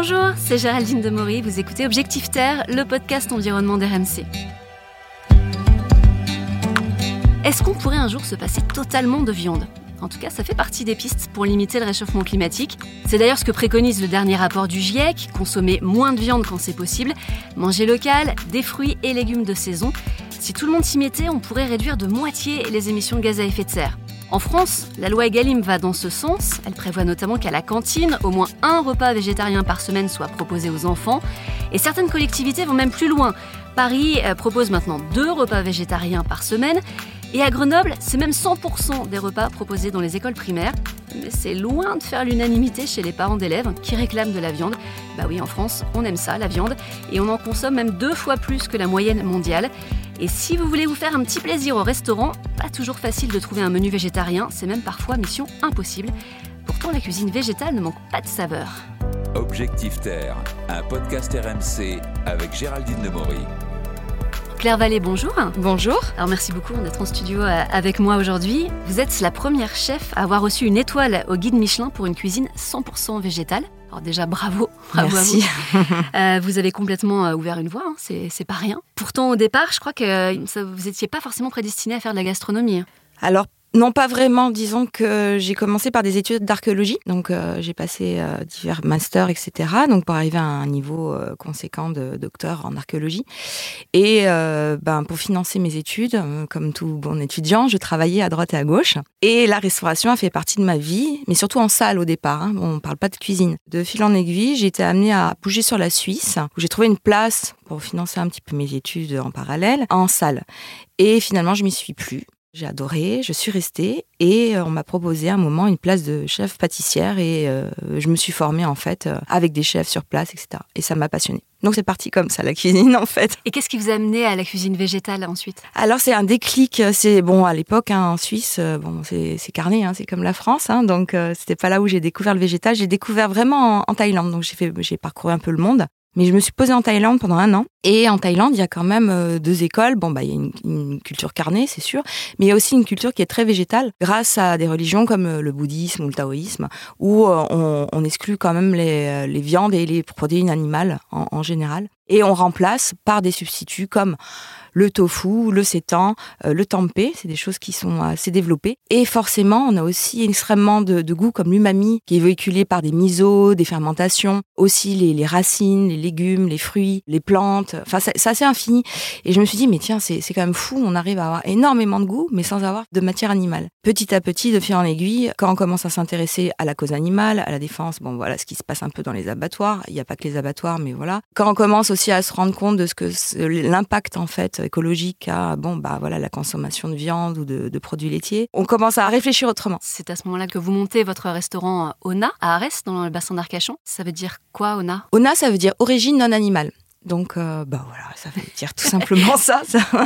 Bonjour, c'est Géraldine Demory, vous écoutez Objectif Terre, le podcast environnement d'RMC. Est-ce qu'on pourrait un jour se passer totalement de viande ? En tout cas, ça fait partie des pistes pour limiter le réchauffement climatique. C'est d'ailleurs ce que préconise le dernier rapport du GIEC, consommer moins de viande quand c'est possible, manger local, des fruits et légumes de saison. Si tout le monde s'y mettait, on pourrait réduire de moitié les émissions de gaz à effet de serre. En France, la loi Egalim va dans ce sens. Elle prévoit notamment qu'à la cantine, au moins un repas végétarien par semaine soit proposé aux enfants. Et certaines collectivités vont même plus loin. Paris propose maintenant 2 repas végétariens par semaine. Et à Grenoble, c'est même 100% des repas proposés dans les écoles primaires. Mais c'est loin de faire l'unanimité chez les parents d'élèves qui réclament de la viande. Bah oui, en France, on aime ça, la viande. Et on en consomme même 2 fois plus que la moyenne mondiale. Et si vous voulez vous faire un petit plaisir au restaurant, pas toujours facile de trouver un menu végétarien, c'est même parfois mission impossible. Pourtant, la cuisine végétale ne manque pas de saveur. Objectif Terre, un podcast RMC avec Géraldine Demory. Claire Vallée, bonjour. Bonjour. Alors merci beaucoup d'être en studio avec moi aujourd'hui. Vous êtes la première chef à avoir reçu une étoile au guide Michelin pour une cuisine 100% végétale. Alors déjà, bravo Merci. À vous. Vous avez complètement ouvert une voie, hein, c'est pas rien. Pourtant, au départ, je crois que vous n'étiez pas forcément prédestiné à faire de la gastronomie. Alors, non, pas vraiment. Disons que j'ai commencé par des études d'archéologie. Donc, j'ai passé divers masters, etc. Donc, pour arriver à un niveau conséquent de docteur en archéologie. Et pour financer mes études, comme tout bon étudiant, je travaillais à droite et à gauche. Et la restauration a fait partie de ma vie, mais surtout en salle au départ. Bon, on ne parle pas de cuisine. De fil en aiguille, j'ai été amenée à bouger sur la Suisse, où j'ai trouvé une place pour financer un petit peu mes études en parallèle, en salle. Et finalement, je m'y suis plu. J'ai adoré, je suis restée et on m'a proposé à un moment une place de chef pâtissière et je me suis formée en fait avec des chefs sur place, etc. Et ça m'a passionnée. Donc c'est parti comme ça, la cuisine en fait. Et qu'est-ce qui vous a amené à la cuisine végétale ensuite ? Alors c'est un déclic, c'est bon à l'époque en Suisse, c'est carné, c'est comme la France, donc c'était pas là où j'ai découvert le végétal. J'ai découvert vraiment en Thaïlande, donc j'ai parcouru un peu le monde. Mais je me suis posée en Thaïlande pendant 1 an. Et en Thaïlande, il y a quand même 2 écoles. Il y a une culture carnée, c'est sûr. Mais il y a aussi une culture qui est très végétale grâce à des religions comme le bouddhisme ou le taoïsme, où on exclut quand même les viandes et les protéines animales en général. Et on remplace par des substituts comme le tofu, le seitan, le tempeh, c'est des choses qui sont assez développées. Et forcément, on a aussi extrêmement de goût comme l'umami, qui est véhiculé par des misos, des fermentations, aussi les racines, les légumes, les fruits, les plantes. Enfin, c'est assez infini. Et je me suis dit, mais tiens, c'est quand même fou, on arrive à avoir énormément de goût, mais sans avoir de matière animale. Petit à petit, de fil en aiguille, quand on commence à s'intéresser à la cause animale, à la défense, voilà ce qui se passe un peu dans les abattoirs. Il n'y a pas que les abattoirs, mais voilà. Quand on commence aussi à se rendre compte de l'impact en fait écologique à la consommation de viande ou de produits laitiers, on commence à réfléchir autrement. C'est à ce moment-là que vous montez votre restaurant Ona à Arès, dans le bassin d'Arcachon. Ça veut dire quoi, Ona ? Ona, ça veut dire origine non animale. Donc ça veut dire tout simplement ça.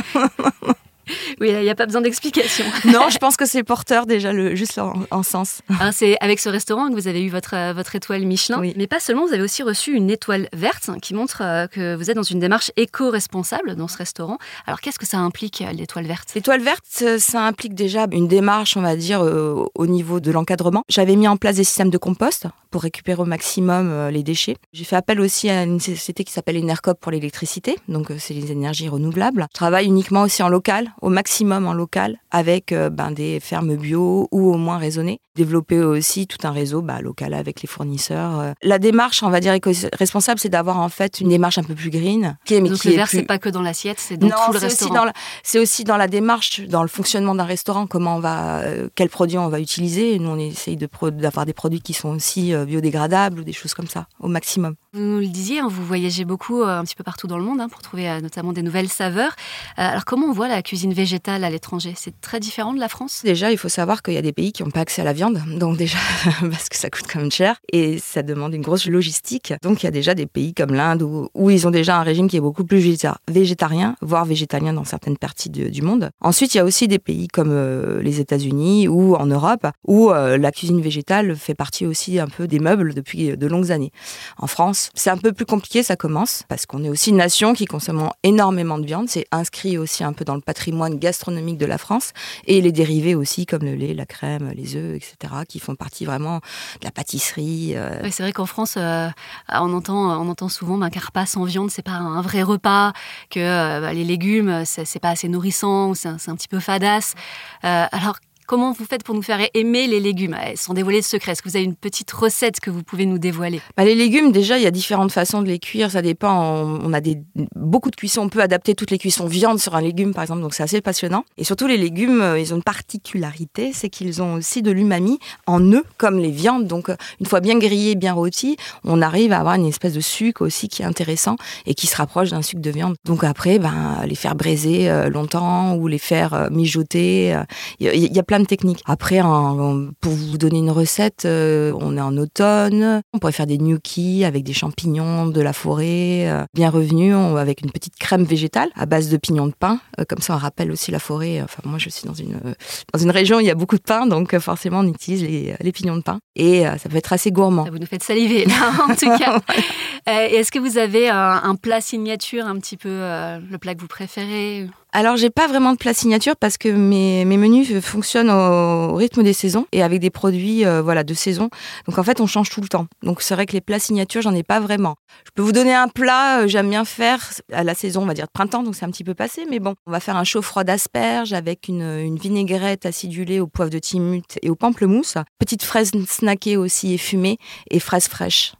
Oui, il n'y a pas besoin d'explication. Non, je pense que c'est porteur déjà juste en sens. Alors, c'est avec ce restaurant que vous avez eu votre étoile Michelin. Oui. Mais pas seulement, vous avez aussi reçu une étoile verte qui montre que vous êtes dans une démarche éco-responsable dans ce restaurant. Alors, qu'est-ce que ça implique, l'étoile verte ? L'étoile verte, ça implique déjà une démarche, on va dire, au niveau de l'encadrement. J'avais mis en place des systèmes de compost pour récupérer au maximum les déchets. J'ai fait appel aussi à une société qui s'appelle Enercop pour l'électricité, donc c'est les énergies renouvelables. Je travaille uniquement aussi en local, au maximum en local, avec des fermes bio ou au moins raisonnées. Développer aussi tout un réseau local avec les fournisseurs. La démarche, on va dire éco-responsable, c'est d'avoir en fait une démarche un peu plus green. Donc le verre, c'est pas que dans l'assiette, c'est dans tout le restaurant. C'est aussi dans la démarche, dans le fonctionnement d'un restaurant, quels produits on va utiliser. Nous, on essaye d'avoir des produits qui sont aussi biodégradables ou des choses comme ça, au maximum. Vous nous le disiez, vous voyagez beaucoup un petit peu partout dans le monde pour trouver notamment des nouvelles saveurs. Alors comment on voit la cuisine végétale à l'étranger ? C'est très différent de la France ? Déjà, il faut savoir qu'il y a des pays qui n'ont pas accès à la viande, donc déjà, parce que ça coûte quand même cher, et ça demande une grosse logistique. Donc il y a déjà des pays comme l'Inde où ils ont déjà un régime qui est beaucoup plus végétarien, voire végétalien dans certaines parties du monde. Ensuite, il y a aussi des pays comme les États-Unis ou en Europe, où la cuisine végétale fait partie aussi un peu des meubles depuis de longues années. En France, France, c'est un peu plus compliqué, ça commence, parce qu'on est aussi une nation qui consomme énormément de viande. C'est inscrit aussi un peu dans le patrimoine gastronomique de la France. Et les dérivés aussi, comme le lait, la crème, les œufs, etc., qui font partie vraiment de la pâtisserie. Oui, c'est vrai qu'en France, on entend souvent qu'un repas sans viande, c'est pas un vrai repas, que les légumes, c'est pas assez nourrissant, ou c'est un petit peu fadasse. Alors, comment vous faites pour nous faire aimer les légumes, sans dévoiler de secret? Est-ce que vous avez une petite recette que vous pouvez nous dévoiler? Les légumes, déjà, il y a différentes façons de les cuire. Ça dépend. On a beaucoup de cuissons. On peut adapter toutes les cuissons viande sur un légume, par exemple. Donc, c'est assez passionnant. Et surtout, les légumes, ils ont une particularité, c'est qu'ils ont aussi de l'umami en eux, comme les viandes. Donc, une fois bien grillés, bien rôtis, on arrive à avoir une espèce de sucre aussi qui est intéressant et qui se rapproche d'un sucre de viande. Donc, après, les faire braiser longtemps ou les faire mijoter. Il y a plein de techniques. Après, pour vous donner une recette, on est en automne, on pourrait faire des gnocchis avec des champignons de la forêt, bien revenus, avec une petite crème végétale à base de pignons de pin. Comme ça, on rappelle aussi la forêt. Enfin, moi, je suis dans une région où il y a beaucoup de pin, donc forcément, on utilise les pignons de pin. Et ça peut être assez gourmand. Ça vous nous faites saliver, là, en tout cas. Est-ce que vous avez un plat signature, un petit peu le plat que vous préférez? Alors, j'ai pas vraiment de plat signature parce que mes menus fonctionnent au rythme des saisons et avec des produits de saison. Donc, en fait, on change tout le temps. Donc, c'est vrai que les plats signatures, j'en ai pas vraiment. Je peux vous donner un plat, j'aime bien faire à la saison, on va dire de printemps, donc c'est un petit peu passé. Mais bon, on va faire un chaud-froid d'asperges avec une vinaigrette acidulée au poivre de Timut et au pamplemousse. Petite fraise snackée aussi et fumée et fraises fraîches.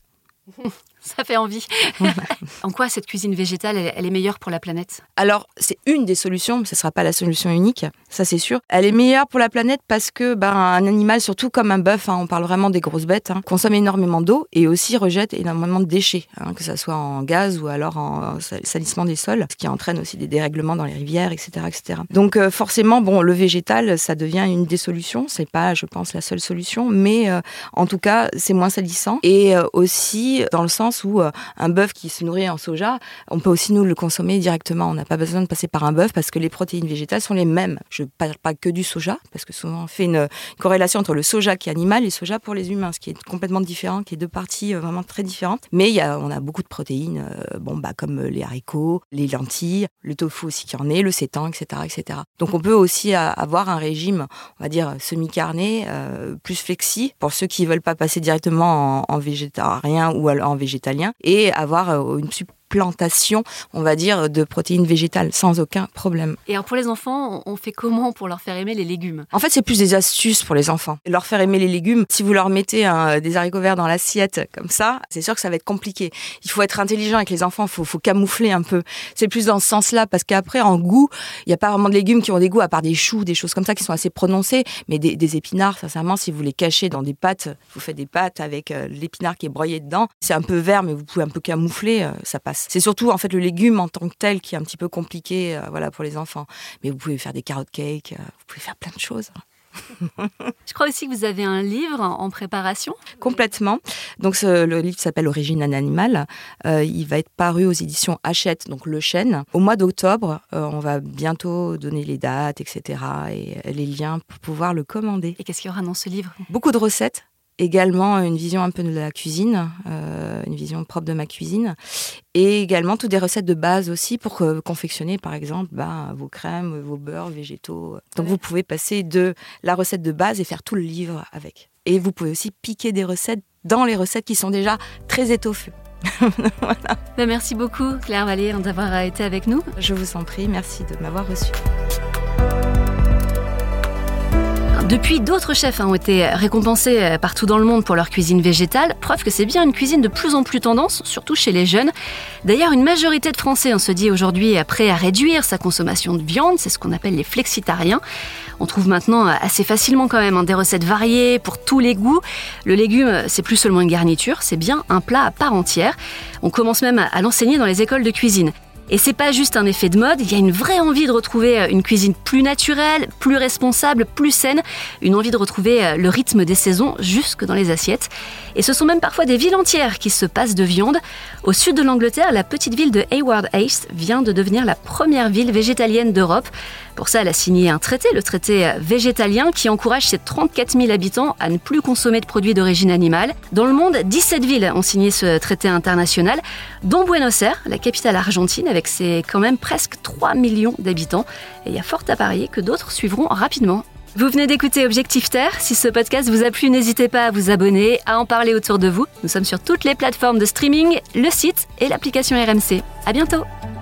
Ça fait envie. En quoi cette cuisine végétale, elle est meilleure pour la planète? Alors, c'est une des solutions, mais ce ne sera pas la solution unique, ça c'est sûr. Elle est meilleure pour la planète parce que un animal, surtout comme un bœuf, on parle vraiment des grosses bêtes, consomme énormément d'eau et aussi rejette énormément de déchets, que ça soit en gaz ou alors en salissement des sols, ce qui entraîne aussi des dérèglements dans les rivières, etc. etc. Donc forcément, le végétal, ça devient une des solutions. C'est pas, je pense, la seule solution, mais en tout cas, c'est moins salissant. Et aussi, dans le sens où un bœuf qui se nourrit en soja, on peut aussi nous le consommer directement. On n'a pas besoin de passer par un bœuf parce que les protéines végétales sont les mêmes. Je ne parle pas que du soja, parce que souvent on fait une corrélation entre le soja qui est animal et le soja pour les humains, ce qui est complètement différent, qui est deux parties vraiment très différentes. Mais on a beaucoup de protéines, comme les haricots, les lentilles, le tofu aussi qui en est, le sétan, etc., etc. Donc on peut aussi avoir un régime, on va dire, semi-carné, plus flexi, pour ceux qui ne veulent pas passer directement en végétarien ou en végétalien, et avoir une supplantation, on va dire, de protéines végétales sans aucun problème. Et alors pour les enfants, on fait comment pour leur faire aimer les légumes? En fait, c'est plus des astuces pour les enfants. Leur faire aimer les légumes, si vous leur mettez des haricots verts dans l'assiette comme ça, c'est sûr que ça va être compliqué. Il faut être intelligent avec les enfants, il faut camoufler un peu. C'est plus dans ce sens-là, parce qu'après, en goût, il n'y a pas vraiment de légumes qui ont des goûts, à part des choux, des choses comme ça qui sont assez prononcées, mais des épinards, sincèrement, si vous les cachez dans des pâtes, vous faites des pâtes avec l'épinard qui est broyé dedans, c'est un peu vert, mais vous pouvez un peu camoufler, ça passe. C'est surtout en fait le légume en tant que tel qui est un petit peu compliqué pour les enfants. Mais vous pouvez faire des carrot cakes, vous pouvez faire plein de choses. Je crois aussi que vous avez un livre en préparation. Complètement. Donc le livre s'appelle Origine d'un animal. Il va être paru aux éditions Hachette, donc Le Chêne. Au mois d'octobre, on va bientôt donner les dates, etc. et les liens pour pouvoir le commander. Et qu'est-ce qu'il y aura dans ce livre? Beaucoup de recettes. Également une vision un peu de la cuisine, une vision propre de ma cuisine, et également toutes des recettes de base aussi pour confectionner par exemple vos crèmes, vos beurres végétaux. Donc vous pouvez passer de la recette de base et faire tout le livre avec. Et vous pouvez aussi piquer des recettes dans les recettes qui sont déjà très étoffées. Voilà. Merci beaucoup Claire Vallée d'avoir été avec nous. Je vous en prie, merci de m'avoir reçue. Depuis, d'autres chefs ont été récompensés partout dans le monde pour leur cuisine végétale, preuve que c'est bien une cuisine de plus en plus tendance, surtout chez les jeunes. D'ailleurs, une majorité de Français se dit aujourd'hui prêt à réduire sa consommation de viande, c'est ce qu'on appelle les flexitariens. On trouve maintenant assez facilement quand même des recettes variées pour tous les goûts. Le légume, c'est plus seulement une garniture, c'est bien un plat à part entière. On commence même à l'enseigner dans les écoles de cuisine. Et c'est pas juste un effet de mode, il y a une vraie envie de retrouver une cuisine plus naturelle, plus responsable, plus saine, une envie de retrouver le rythme des saisons jusque dans les assiettes. Et ce sont même parfois des villes entières qui se passent de viande. Au sud de l'Angleterre, la petite ville de Hayward East vient de devenir la première ville végétalienne d'Europe, Pour ça, elle a signé un traité, le traité végétalien, qui encourage ses 34 000 habitants à ne plus consommer de produits d'origine animale. Dans le monde, 17 villes ont signé ce traité international, dont Buenos Aires, la capitale argentine, avec ses quand même presque 3 millions d'habitants. Et il y a fort à parier que d'autres suivront rapidement. Vous venez d'écouter Objectif Terre. Si ce podcast vous a plu, n'hésitez pas à vous abonner, à en parler autour de vous. Nous sommes sur toutes les plateformes de streaming, le site et l'application RMC. À bientôt!